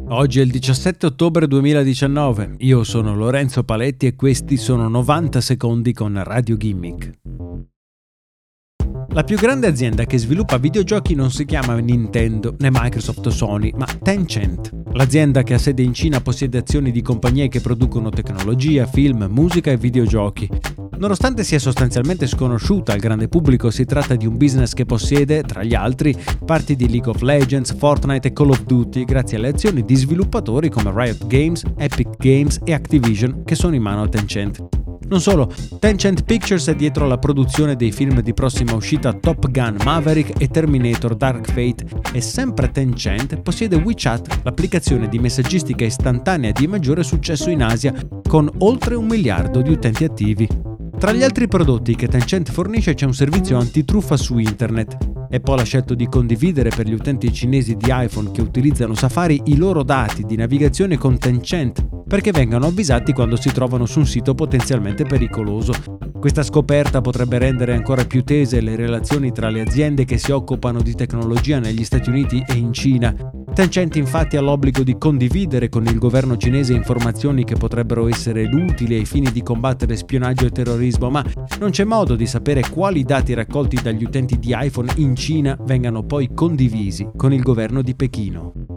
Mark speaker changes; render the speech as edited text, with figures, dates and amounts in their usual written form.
Speaker 1: Oggi è il 17 ottobre 2019, io sono Lorenzo Paletti e questi sono 90 secondi con Radio Gimmick. La più grande azienda che sviluppa videogiochi non si chiama Nintendo, né Microsoft o Sony, ma Tencent. L'azienda che ha sede in Cina possiede azioni di compagnie che producono tecnologia, film, musica e videogiochi. Nonostante sia sostanzialmente sconosciuta al grande pubblico, si tratta di un business che possiede, tra gli altri, parti di League of Legends, Fortnite e Call of Duty, grazie alle azioni di sviluppatori come Riot Games, Epic Games e Activision, che sono in mano a Tencent. Non solo, Tencent Pictures è dietro alla produzione dei film di prossima uscita Top Gun Maverick e Terminator Dark Fate, e sempre Tencent possiede WeChat, l'applicazione di messaggistica istantanea di maggiore successo in Asia, con oltre 1 miliardo di utenti attivi. Tra gli altri prodotti che Tencent fornisce c'è un servizio antitruffa su internet. Apple ha scelto di condividere per gli utenti cinesi di iPhone che utilizzano Safari i loro dati di navigazione con Tencent, perché vengano avvisati quando si trovano su un sito potenzialmente pericoloso. Questa scoperta potrebbe rendere ancora più tese le relazioni tra le aziende che si occupano di tecnologia negli Stati Uniti e in Cina. Tencent infatti ha l'obbligo di condividere con il governo cinese informazioni che potrebbero essere utili ai fini di combattere spionaggio e terrorismo, ma non c'è modo di sapere quali dati raccolti dagli utenti di iPhone in Cina vengano poi condivisi con il governo di Pechino.